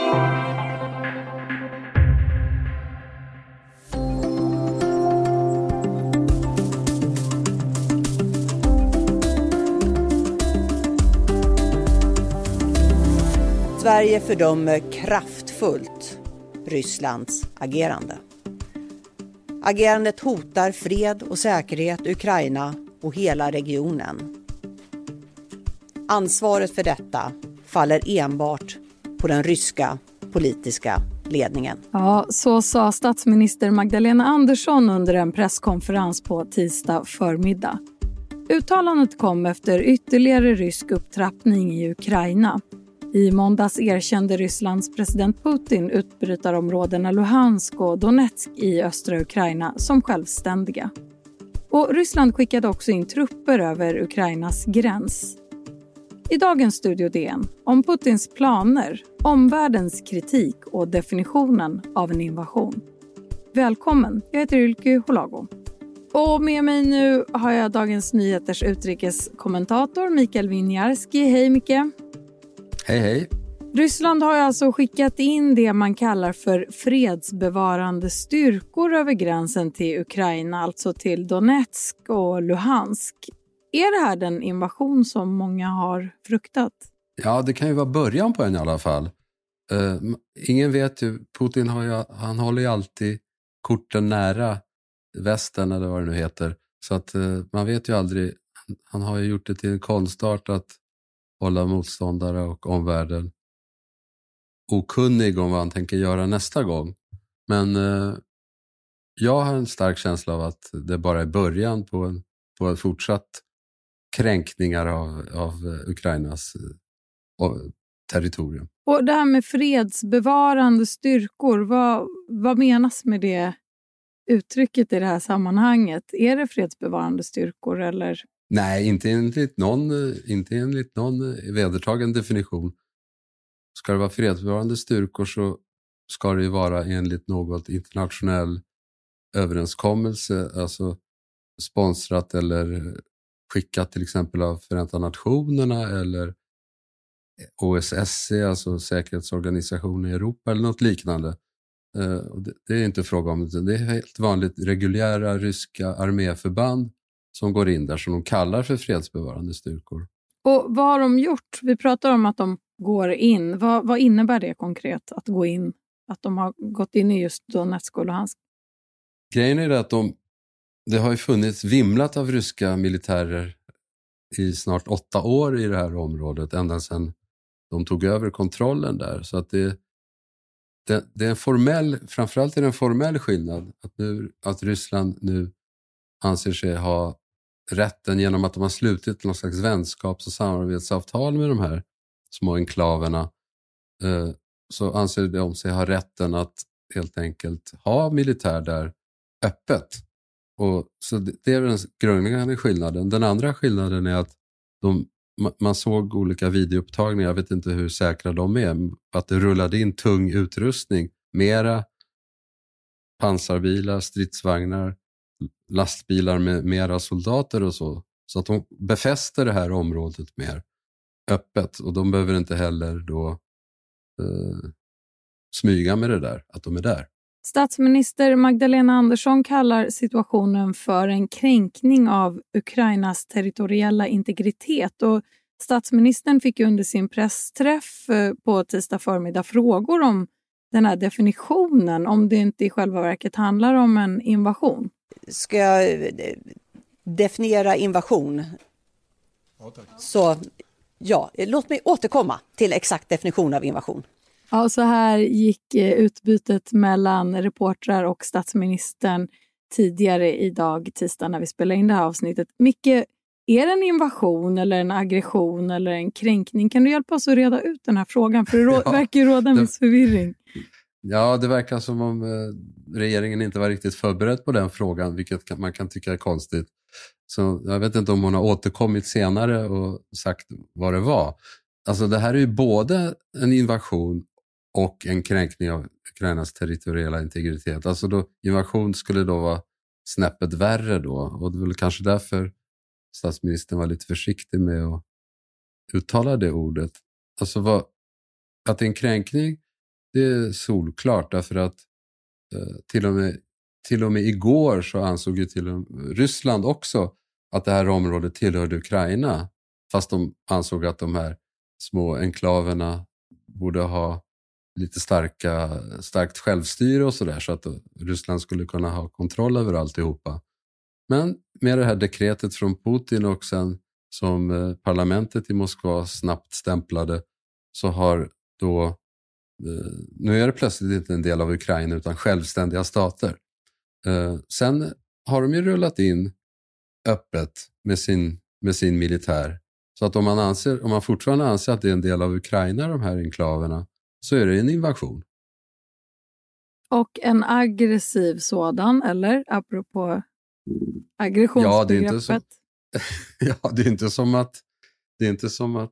Sverige fördömer kraftfullt Rysslands agerande. Agerandet hotar fred och säkerhet i Ukraina och hela regionen. Ansvaret för detta faller enbart på den ryska politiska ledningen. Ja, så sa statsminister Magdalena Andersson under en presskonferens på tisdag förmiddag. Uttalandet kom efter ytterligare rysk upptrappning i Ukraina. I måndags erkände Rysslands president Putin utbrytarområdena Luhansk och Donetsk i östra Ukraina som självständiga. Och Ryssland skickade också in trupper över Ukrainas gräns. I dagens Studio DN om Putins planer, omvärldens kritik och definitionen av en invasion. Välkommen, jag heter Ylke Holago. Och med mig nu har jag Dagens Nyheters utrikeskommentator Mikael Winiarski. Hej Micke. Hej hej. Ryssland har alltså skickat in det man kallar för fredsbevarande styrkor över gränsen till Ukraina, alltså till Donetsk och Luhansk. Är det här den invasion som många har fruktat? Ja, det kan ju vara början på en i alla fall. Ingen vet ju, Putin han håller ju alltid korten nära västern eller vad det nu heter. Så att man vet ju aldrig, han har ju gjort det till en konstart att hålla motståndare och omvärlden okunnig om vad han tänker göra nästa gång. Men jag har en stark känsla av att det bara är början på en fortsatt kränkningar av Ukrainas territorium. Och det här med fredsbevarande styrkor, vad menas med det uttrycket i det här sammanhanget? Är det fredsbevarande styrkor eller? Nej, inte enligt någon vedertagen definition. Ska det vara fredsbevarande styrkor så ska det ju vara enligt något internationell överenskommelse, alltså sponsrat eller skickat till exempel av Förenta Nationerna eller OSSE, alltså säkerhetsorganisationen i Europa eller något liknande. Det är inte fråga om det. Det är helt vanligt reguljära ryska arméförband som går in där, som de kallar för fredsbevarande styrkor. Och vad har de gjort? Vi pratar om att de går in. Vad innebär det konkret att gå in? Att de har gått in i just Donetsk och Luhansk? Grejen är att det har ju funnits vimlat av ryska militärer i snart 8 år i det här området, ända sedan de tog över kontrollen där. Så att det är en formell, framförallt är det en formell skillnad att Ryssland nu anser sig ha rätten genom att de har slutit någon slags vänskaps- och samarbetsavtal med de här små enklaverna, så anser de sig ha rätten att helt enkelt ha militär där öppet. Och så det är den grundläggande skillnaden. Den andra skillnaden är att man såg olika videoupptagningar, jag vet inte hur säkra de är, att det rullade in tung utrustning, mera pansarbilar, stridsvagnar, lastbilar med mera soldater och så att de befäster det här området mer öppet, och de behöver inte heller då smyga med det där, att de är där. Statsminister Magdalena Andersson kallar situationen för en kränkning av Ukrainas territoriella integritet, och statsministern fick under sin pressträff på tisdag förmiddag frågor om den här definitionen, om det inte i själva verket handlar om en invasion. Ska jag definiera invasion? Ja, tack. Så ja, låt mig återkomma till exakt definition av invasion. Ja, så här gick utbytet mellan reportrar och statsministern tidigare idag, tisdag, när vi spelar in det här avsnittet. Micke, är det en invasion eller en aggression eller en kränkning? Kan du hjälpa oss att reda ut den här frågan? För det verkar ju råda en viss förvirring. Ja, det verkar som om regeringen inte var riktigt förberedd på den frågan, vilket man kan tycka är konstigt. Så jag vet inte om hon har återkommit senare och sagt vad det var. Alltså det här är ju både en invasion och en kränkning av Ukrainas territoriella integritet. Alltså då, invasion skulle då vara snäppet värre då, och det var kanske därför statsministern var lite försiktig med att uttala det ordet. Alltså att det är en kränkning, Det är solklart därför att till och med igår så ansåg ju Ryssland också att det här området tillhörde Ukraina. Fast de ansåg att de här små enklaverna borde ha lite starkt självstyre och sådär, så att Ryssland skulle kunna ha kontroll över alltihopa. Men med det här dekretet från Putin och sen som parlamentet i Moskva snabbt stämplade, så har då, nu är det plötsligt inte en del av Ukraina utan självständiga stater. Sen har de ju rullat in öppet med sin militär. Så att om man fortfarande anser att det är en del av Ukraina, de här enklaverna, så är det en invasion. Och en aggressiv sådan, eller? Apropå aggressionsbegreppet. Ja, det är inte som att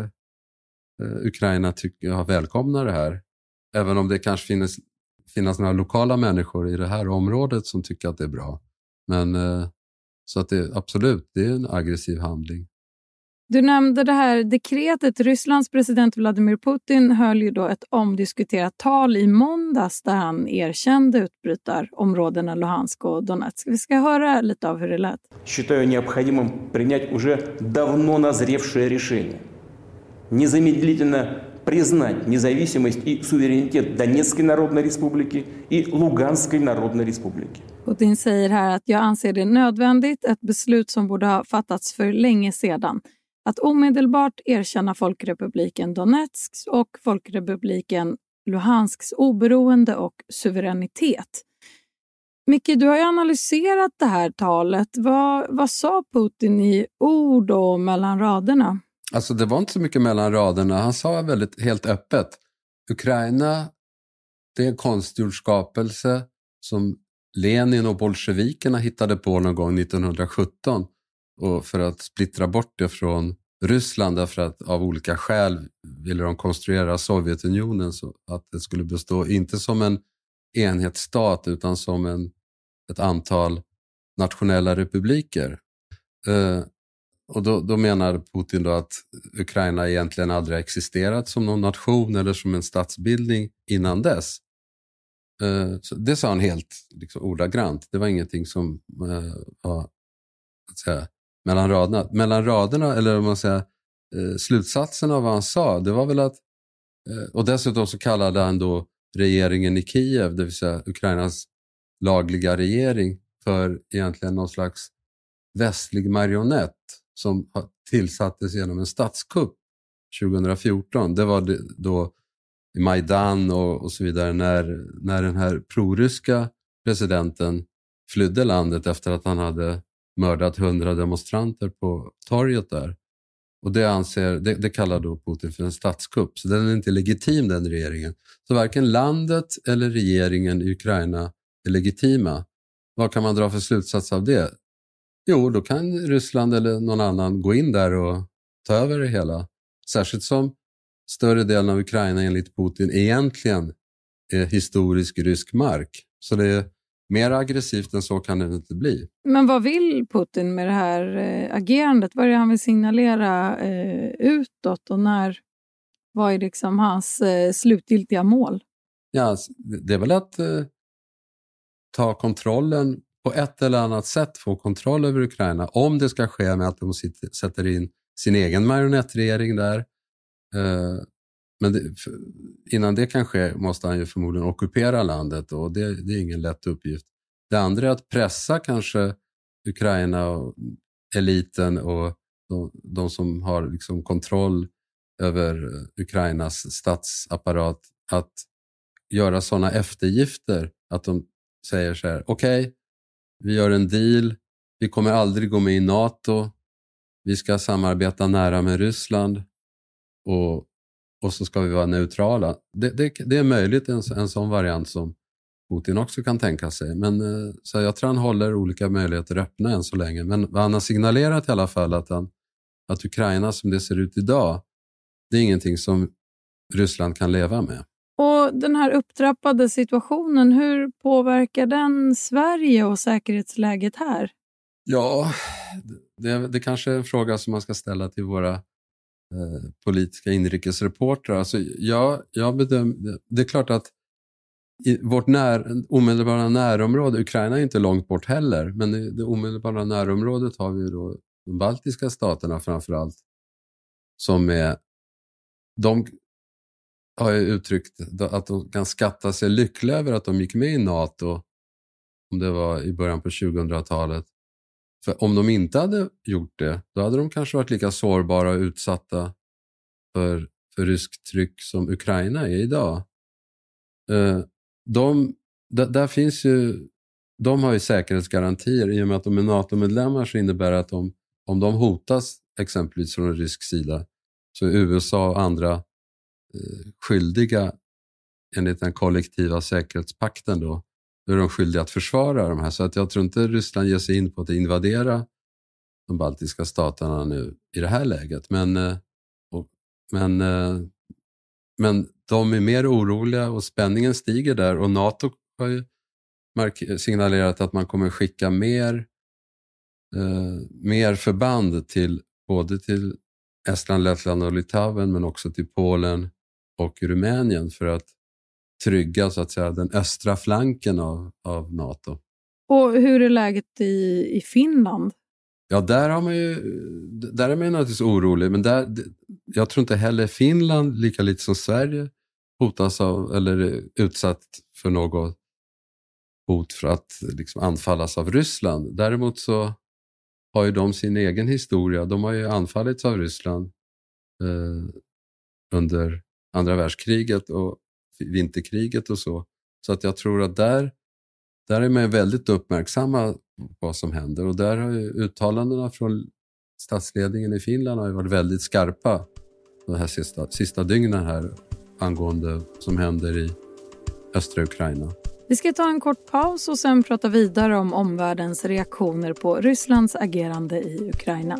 Ukraina välkomnar det här. Även om det kanske finns några lokala människor i det här området som tycker att det är bra. Men så att det absolut, det är en aggressiv handling. Du nämnde det här dekretet. Rysslands president Vladimir Putin höll ju då ett omdiskuterat tal i måndags där han erkände utbrytarområdena Luhansk och Donetsk. Vi ska höra lite av hur det lät. Считаю необходимым принять уже давно назревшее решение. Незамедлительно признать независимость и суверенитет Донецкой Народной Республики и Луганской Народной Республики. Putin säger här att jag anser det nödvändigt, ett beslut som borde ha fattats för länge sedan, att omedelbart erkänna Folkrepubliken Donetsks och Folkrepubliken Luhansks oberoende och suveränitet. Micke, du har ju analyserat det här talet. Vad sa Putin i ord och mellan raderna? Alltså det var inte så mycket mellan raderna. Han sa helt öppet. Ukraina, det är en konstgjord skapelse som Lenin och bolsjevikerna hittade på någon gång 1917. Och för att splittra bort det från Ryssland, därför att av olika skäl ville de konstruera Sovjetunionen så att det skulle bestå inte som en enhetsstat utan som ett antal nationella republiker. Och då menar Putin då att Ukraina egentligen aldrig har existerat som någon nation eller som en statsbildning innan dess. Så det sa han helt ordagrant. Det var ingenting som var att säga, mellan raderna, eller om man säger slutsatsen av vad han sa, det var väl att, och dessutom så kallade han då regeringen i Kiev, det vill säga Ukrainas lagliga regering, för egentligen någon slags västlig marionett som tillsattes genom en statskupp 2014. Det var då i Majdan och så vidare när den här proryska presidenten flydde landet efter att han hade mördat 100 demonstranter på torget där. Och det kallar då Putin för en statskupp. Så den är inte legitim, den regeringen. Så varken landet eller regeringen i Ukraina är legitima. Vad kan man dra för slutsats av det? Jo, då kan Ryssland eller någon annan gå in där och ta över det hela. Särskilt som större delen av Ukraina enligt Putin egentligen är historisk rysk mark. Så det är mer aggressivt än så kan det inte bli. Men vad vill Putin med det här agerandet? Vad är det han vill signalera utåt och vad är liksom hans slutgiltiga mål? Ja, det är väl att ta kontrollen på ett eller annat sätt, få kontroll över Ukraina. Om det ska ske med att de sätter in sin egen marionettregering där. Men innan det kan ske måste han ju förmodligen ockupera landet och det är ingen lätt uppgift. Det andra är att pressa kanske Ukraina och eliten och de som har liksom kontroll över Ukrainas statsapparat att göra sådana eftergifter att de säger så här: okej, vi gör en deal, vi kommer aldrig gå med i NATO, vi ska samarbeta nära med Ryssland och så ska vi vara neutrala. Det är möjligt en sån variant som Putin också kan tänka sig. Men så jag tror han håller olika möjligheter öppna än så länge. Men han har signalerat i alla fall att Ukraina som det ser ut idag, det är ingenting som Ryssland kan leva med. Och den här upptrappade situationen, hur påverkar den Sverige och säkerhetsläget här? Ja, det kanske är en fråga som man ska ställa till våra politiska inrikesreportrar. Alltså jag bedömer, det är klart att i vårt omedelbara närområde, Ukraina är inte långt bort heller, men i det omedelbara närområdet har vi då de baltiska staterna framförallt, de har ju uttryckt att de kan skatta sig lyckliga över att de gick med i NATO, om det var i början på 2000-talet. För om de inte hade gjort det, då hade de kanske varit lika sårbara och utsatta för ryskt tryck som Ukraina är idag. De har ju säkerhetsgarantier i och med att de är NATO-medlemmar, så innebär att om de hotas exempelvis från en rysk sida, så är USA och andra skyldiga enligt den kollektiva säkerhetspakten då är de skyldiga att försvara de här. Så att jag tror inte Ryssland ger sig in på att invadera de baltiska staterna nu i det här läget. Men de är mer oroliga och spänningen stiger där, och NATO har ju signalerat att man kommer skicka mer förband både till Estland, Lettland och Litauen, men också till Polen och Rumänien för att trygga så att säga den östra flanken av NATO. Och hur är läget i Finland? Ja, där är man naturligtvis orolig, men jag tror inte heller Finland, lika lite som Sverige, hotas av eller är utsatt för något hot för att liksom anfallas av Ryssland. Däremot så har ju de sin egen historia. De har ju anfallits av Ryssland under andra världskriget och vinterkriget och så. Så att jag tror att där är man väldigt uppmärksamma på vad som händer. Och där har ju uttalandena från statsledningen i Finland har ju varit väldigt skarpa de här sista dygnen här angående vad som händer i östra Ukraina. Vi ska ta en kort paus och sen prata vidare om omvärldens reaktioner på Rysslands agerande i Ukraina.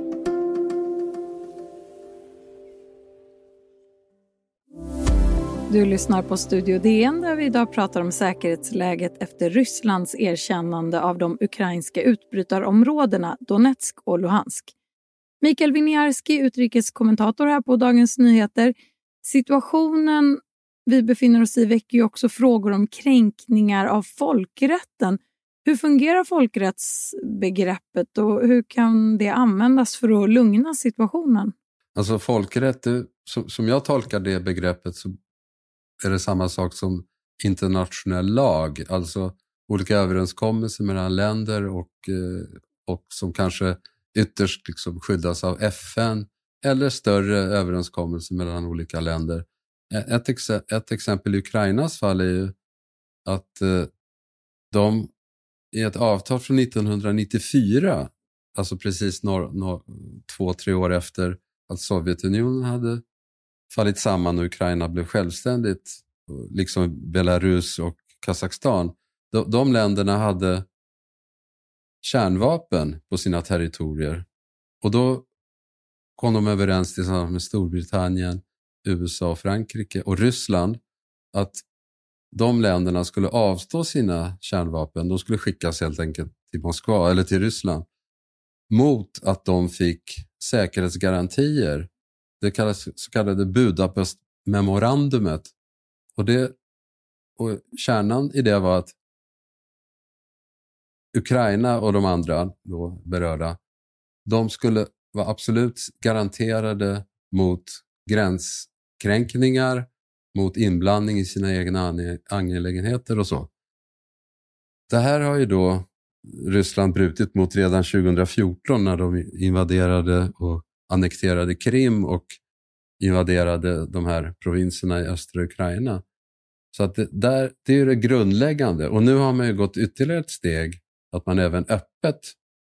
Du lyssnar på Studio DN där vi idag pratar om säkerhetsläget efter Rysslands erkännande av de ukrainska utbrytarområdena Donetsk och Luhansk. Mikael Winiarski, utrikeskommentator här på Dagens Nyheter. Situationen vi befinner oss i väcker ju också frågor om kränkningar av folkrätten. Hur fungerar folkrättsbegreppet och hur kan det användas för att lugna situationen? Alltså folkrätt, som jag tolkar det begreppet, så är det samma sak som internationell lag. Alltså olika överenskommelser mellan länder och som kanske ytterst liksom skyddas av FN, eller större överenskommelser mellan olika länder. Ett exempel i Ukrainas fall är ju att de i ett avtal från 1994, alltså precis 2-3 år efter att Sovjetunionen hade fallit samman och Ukraina blev självständigt, liksom Belarus och Kazakstan, de länderna hade kärnvapen på sina territorier. Och då kom de överens tillsammans med Storbritannien, USA, Frankrike och Ryssland att de länderna skulle avstå sina kärnvapen. De skulle skickas helt enkelt till Moskva eller till Ryssland mot att de fick säkerhetsgarantier. Det kallas så kallade Budapest-memorandumet. Och kärnan i det var att Ukraina och de andra då berörda, de skulle vara absolut garanterade mot gränskränkningar, mot inblandning i sina egna angelägenheter och så. Det här har ju då Ryssland brutit mot redan 2014 när de invaderade och annekterade Krim och invaderade de här provinserna i östra Ukraina. Så att det är ju det grundläggande. Och nu har man ju gått ytterligare ett steg att man även öppet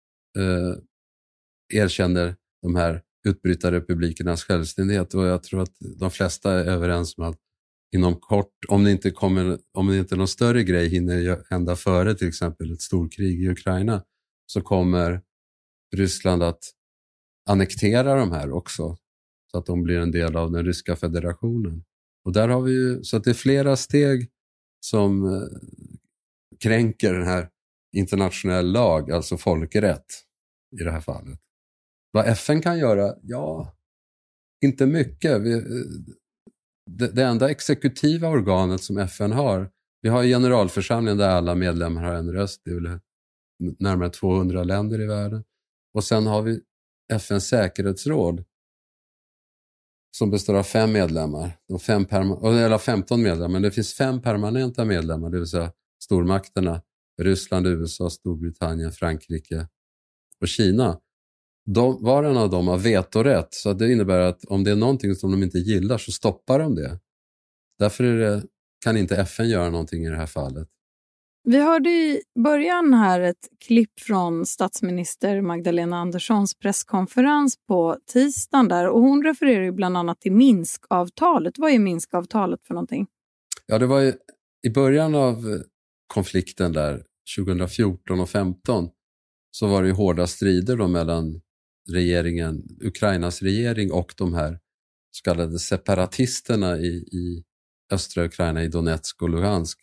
erkänner de här utbrytarrepublikernas självständighet. Och jag tror att de flesta är överens om att inom kort, om det inte är någon större grej hinner hända före till exempel ett storkrig i Ukraina, så kommer Ryssland att annektera de här också så att de blir en del av den ryska federationen. Och där har vi ju, så att det är flera steg som kränker den här internationell lag, alltså folkrätt i det här fallet. Vad FN kan göra? Ja, Inte mycket. Det enda exekutiva organet som FN har, vi har generalförsamlingen där alla medlemmar har en röst. Det är väl närmare 200 länder i världen. Och sen har vi FNs säkerhetsråd som består av 5 medlemmar. 15 medlemmar, men det finns 5 permanenta medlemmar, det vill säga stormakterna, Ryssland, USA, Storbritannien, Frankrike och Kina. Var och en av dem har vetorätt, så det innebär att om det är någonting som de inte gillar så stoppar de det. Därför kan inte FN göra någonting i det här fallet. Vi hörde i början här ett klipp från statsminister Magdalena Anderssons presskonferens på tisdagen där, och hon refererar ju bland annat till Minskavtalet. Vad är Minskavtalet för någonting? Ja, det var ju i början av konflikten där 2014 och 2015 så var det ju hårda strider då mellan Ukrainas regering och de här så kallade separatisterna i östra Ukraina, i Donetsk och Luhansk.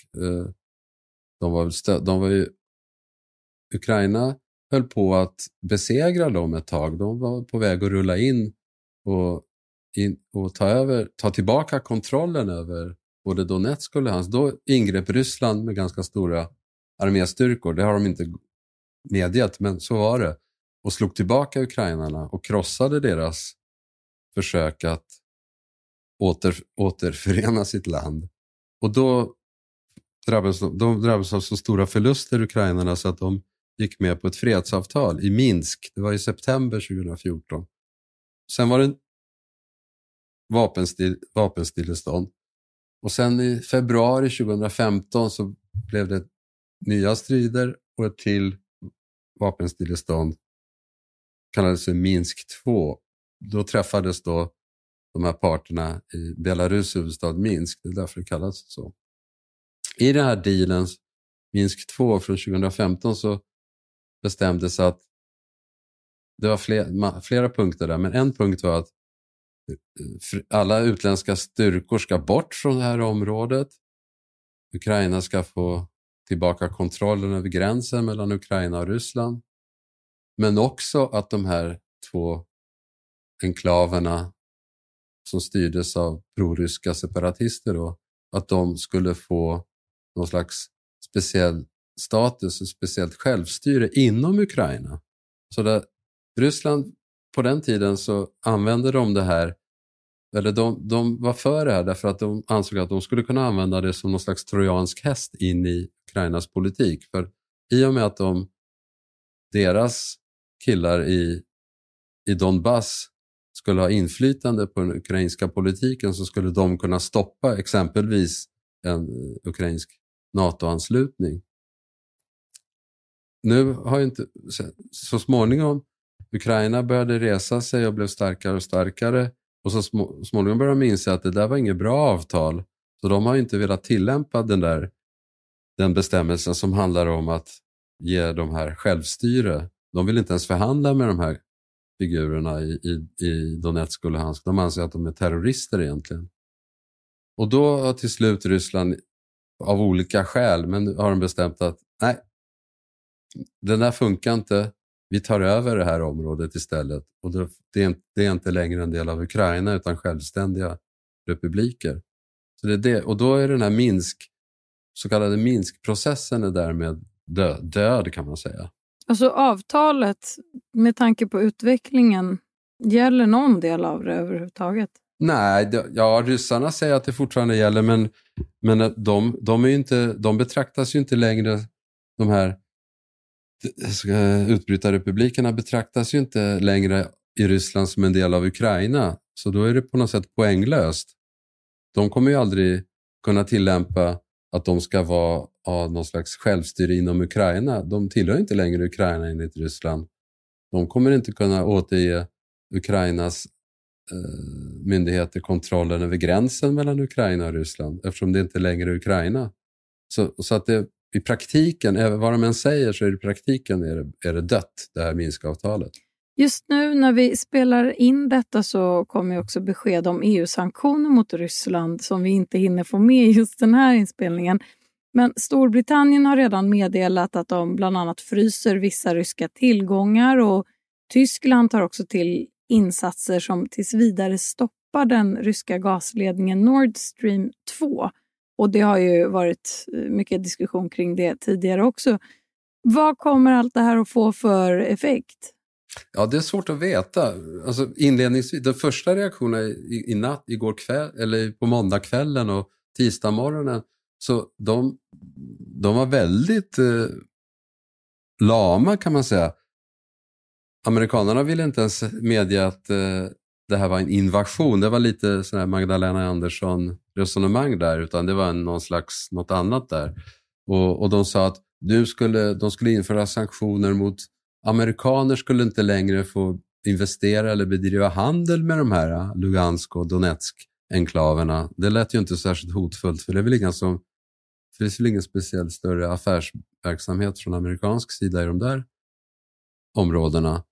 Ukraina höll på att besegra dem ett tag. De var på väg att rulla in och ta tillbaka kontrollen över både Donetsk och Luhansk. Då ingrep Ryssland med ganska stora arméstyrkor. Det har de inte medgett, men så var det. Och slog tillbaka ukrainarna och krossade deras försök att återförena sitt land. Och då drabbades av så stora förluster ukrainarna så att de gick med på ett fredsavtal i Minsk. Det var i september 2014. Sen var det vapenstillestånd. Och sen i februari 2015 så blev det nya strider och ett till vapenstillestånd. Kallades för Minsk 2. Då träffades då de här parterna i Belarus huvudstad Minsk. Det är därför det kallas så. I den här dealen, Minsk 2 från 2015, så bestämdes att det var flera punkter där, men en punkt var att alla utländska styrkor ska bort från det här området. Ukraina ska få tillbaka kontrollen över gränsen mellan Ukraina och Ryssland. Men också att de här 2 enklaverna som styrdes av proryska separatister då, att de skulle få någon slags speciell status och speciellt självstyre inom Ukraina. Så där Ryssland på den tiden så använde de det här, eller de var för det här därför att de ansåg att de skulle kunna använda det som någon slags trojansk häst in i Ukrainas politik. För i och med att deras killar i Donbass skulle ha inflytande på den ukrainska politiken, så skulle de kunna stoppa exempelvis en ukrainsk NATO-anslutning. Nu har inte så småningom Ukraina började resa sig och blev starkare och starkare, och så småningom började de inse att det där var inget bra avtal, så de har inte velat tillämpa den bestämmelsen som handlar om att ge de här självstyre. De vill inte ens förhandla med de här figurerna i Donetsk och Luhansk. De anser att de är terrorister egentligen. Och då har till slut Ryssland av olika skäl, men har de bestämt att nej, den där funkar inte. Vi tar över det här området istället. Och det är inte längre en del av Ukraina utan självständiga republiker. Så det är det. Och då är den här så kallade Minskprocessen är därmed död kan man säga. Alltså avtalet, med tanke på utvecklingen, gäller någon del av det överhuvudtaget? Nej, ryssarna säger att det fortfarande gäller, men de betraktas ju inte längre, de här utbrytarrepublikerna betraktas ju inte längre i Ryssland som en del av Ukraina, så då är det på något sätt poänglöst. De kommer ju aldrig kunna tillämpa att de ska ha någon slags självstyre inom Ukraina. De tillhör inte längre Ukraina enligt Ryssland. De kommer inte kunna återge Ukrainas myndigheter kontrollen över gränsen mellan Ukraina och Ryssland, eftersom det inte längre är Ukraina. Så att det i praktiken, vad de än säger, så är det i praktiken är det dött, det här Minskavtalet. Just nu när vi spelar in detta så kommer också besked om EU-sanktioner mot Ryssland som vi inte hinner få med i just den här inspelningen. Men Storbritannien har redan meddelat att de bland annat fryser vissa ryska tillgångar, och Tyskland tar också till insatser som tills vidare stoppar den ryska gasledningen Nord Stream 2. Och det har ju varit mycket diskussion kring det tidigare också. Vad kommer allt det här att få för effekt? Ja, det är svårt att veta. Alltså inledningsvis, den första reaktionen i natt, igår kväll, eller på måndagskvällen och tisdagmorgonen, så de var väldigt lama kan man säga. Amerikanerna ville inte ens medge att det här var en invasion. Det var lite sån här Magdalena Andersson resonemang där, utan det var något annat där. Och de sa att de skulle införa sanktioner mot amerikaner, skulle inte längre få investera eller bedriva handel med de här Lugansk och Donetsk-enklaverna. Det lät ju inte särskilt hotfullt, för det är väl ingen speciellt större affärsverksamhet från amerikansk sida i de där områdena.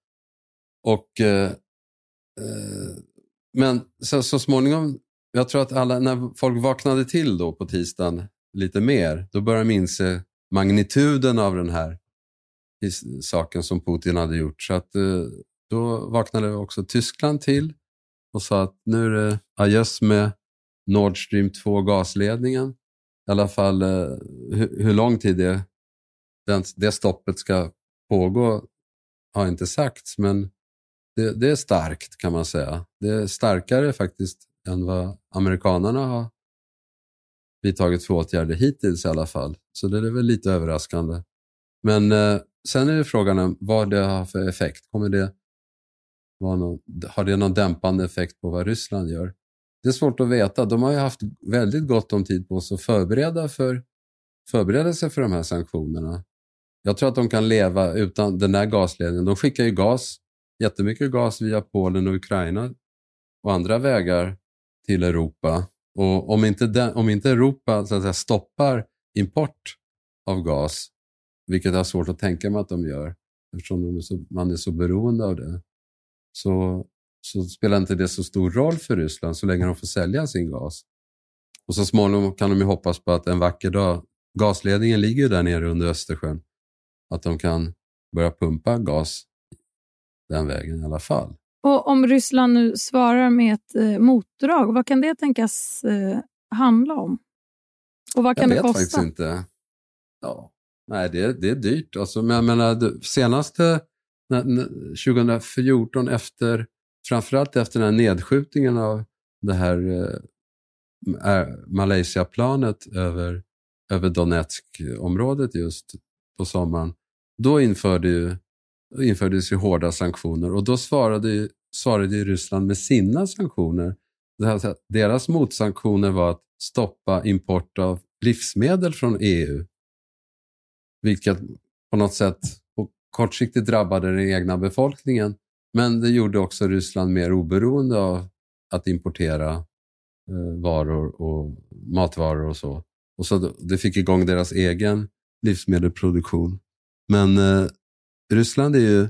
Men så småningom, jag tror att när folk vaknade till då på tisdagen lite mer, då började de inse magnituden av den här saken som Putin hade gjort. Så att då vaknade också Tyskland till och sa att nu är det adjöss med Nord Stream 2 gasledningen. I alla fall hur lång tid det stoppet ska pågå har inte sagts, men det är starkt kan man säga. Det är starkare faktiskt än vad amerikanerna har vidtagit för åtgärder hittills i alla fall. Så det är väl lite överraskande. Men sen är det frågan om vad det har för effekt. Har det någon dämpande effekt på vad Ryssland gör? Det är svårt att veta. De har ju haft väldigt gott om tid på sig att förbereda sig för de här sanktionerna. Jag tror att de kan leva utan den här gasledningen. De skickar ju jättemycket gas via Polen och Ukraina och andra vägar till Europa. Och om inte Europa så att säga, stoppar import av gas, vilket är svårt att tänka mig att de gör eftersom man är så beroende av det, så spelar inte det så stor roll för Ryssland så länge de får sälja sin gas. Och så småningom kan de ju hoppas på att en vacker dag, gasledningen ligger ju där nere under Östersjön, att de kan börja pumpa gas den vägen i alla fall. Och om Ryssland nu svarar med ett motdrag, vad kan det tänkas handla om? Och vad kan det kosta? Jag vet faktiskt inte. Ja, nej, det är dyrt. Alltså, men jag menar, senaste 2014 framförallt efter den här nedskjutningen av det här Malaysia-planet över Donetsk-området just på sommaren, då infördes ju hårda sanktioner och då svarade Ryssland med sina sanktioner. Deras motsanktioner var att stoppa import av livsmedel från EU, vilket på något sätt kortsiktigt drabbade den egna befolkningen, men det gjorde också Ryssland mer oberoende av att importera varor och matvaror och så. Och så det fick igång deras egen livsmedelsproduktion. Men Ryssland är ju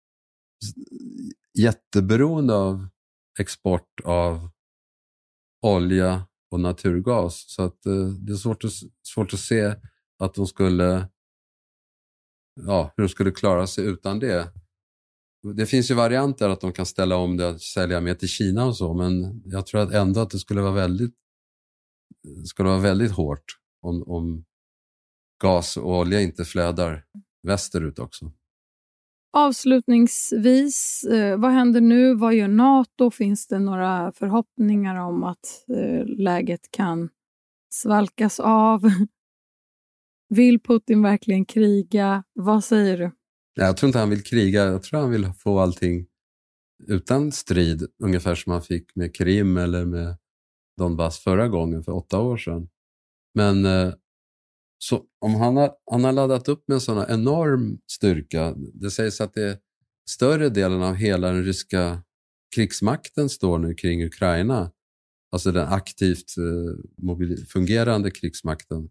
jätteberoende av export av olja och naturgas, så att det är svårt att se att de skulle hur de skulle klara sig utan det. Det finns ju varianter att de kan ställa om det att sälja mer till Kina och så, men jag tror att ändå att det skulle vara väldigt hårt om gas och olja inte flödar västerut också. Avslutningsvis, vad händer nu? Vad gör NATO? Finns det några förhoppningar om att läget kan svalkas av? Vill Putin verkligen kriga? Vad säger du? Jag tror inte han vill kriga. Jag tror han vill få allting utan strid. Ungefär som han fick med Krim eller med Donbass förra gången för 8 år sedan. Men så om han har laddat upp med en sån enorm styrka. Det sägs att det är större delen av hela den ryska krigsmakten står nu kring Ukraina. Alltså den aktivt fungerande krigsmakten.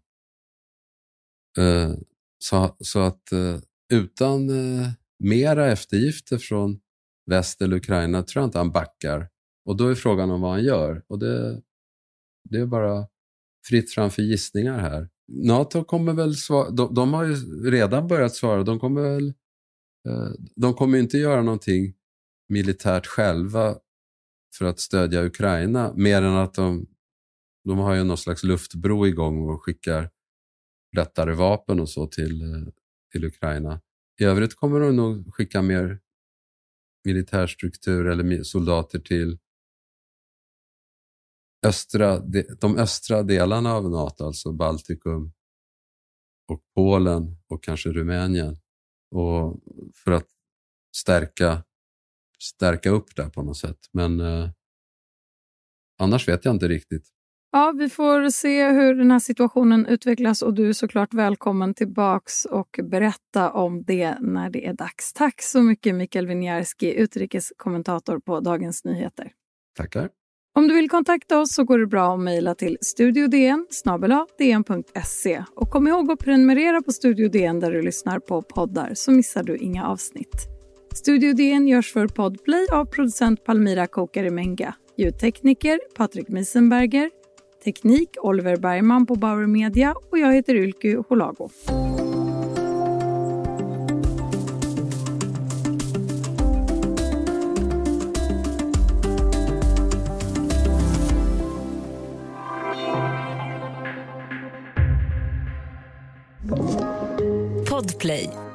Så att utan mera eftergifter från väst eller Ukraina tror jag inte han backar. Och då är frågan om vad han gör. Och det är bara fritt framför gissningar här. NATO kommer väl svara, de har ju redan börjat svara. De kommer inte göra någonting militärt själva för att stödja Ukraina, mer än att de har ju någon slags luftbro igång och skickar lättare vapen och så till Ukraina. I övrigt kommer de nog skicka mer militärstruktur eller soldater till de östra delarna av NATO, alltså Baltikum och Polen och kanske Rumänien, och för att stärka upp där på något sätt. Men annars vet jag inte riktigt. Ja, vi får se hur den här situationen utvecklas och du är såklart välkommen tillbaks och berätta om det när det är dags. Tack så mycket Mikael Winiarski, utrikeskommentator på Dagens Nyheter. Tackar. Om du vill kontakta oss så går det bra att mejla till studiodn@dn.se och kom ihåg att prenumerera på Studio DN där du lyssnar på poddar så missar du inga avsnitt. Studio DN görs för Podplay av producent Palmira Kokarimenga, ljudtekniker Patrik Miesenberger, teknik Oliver Bergman på Bauer Media och jag heter Ylky Holago. Podplay.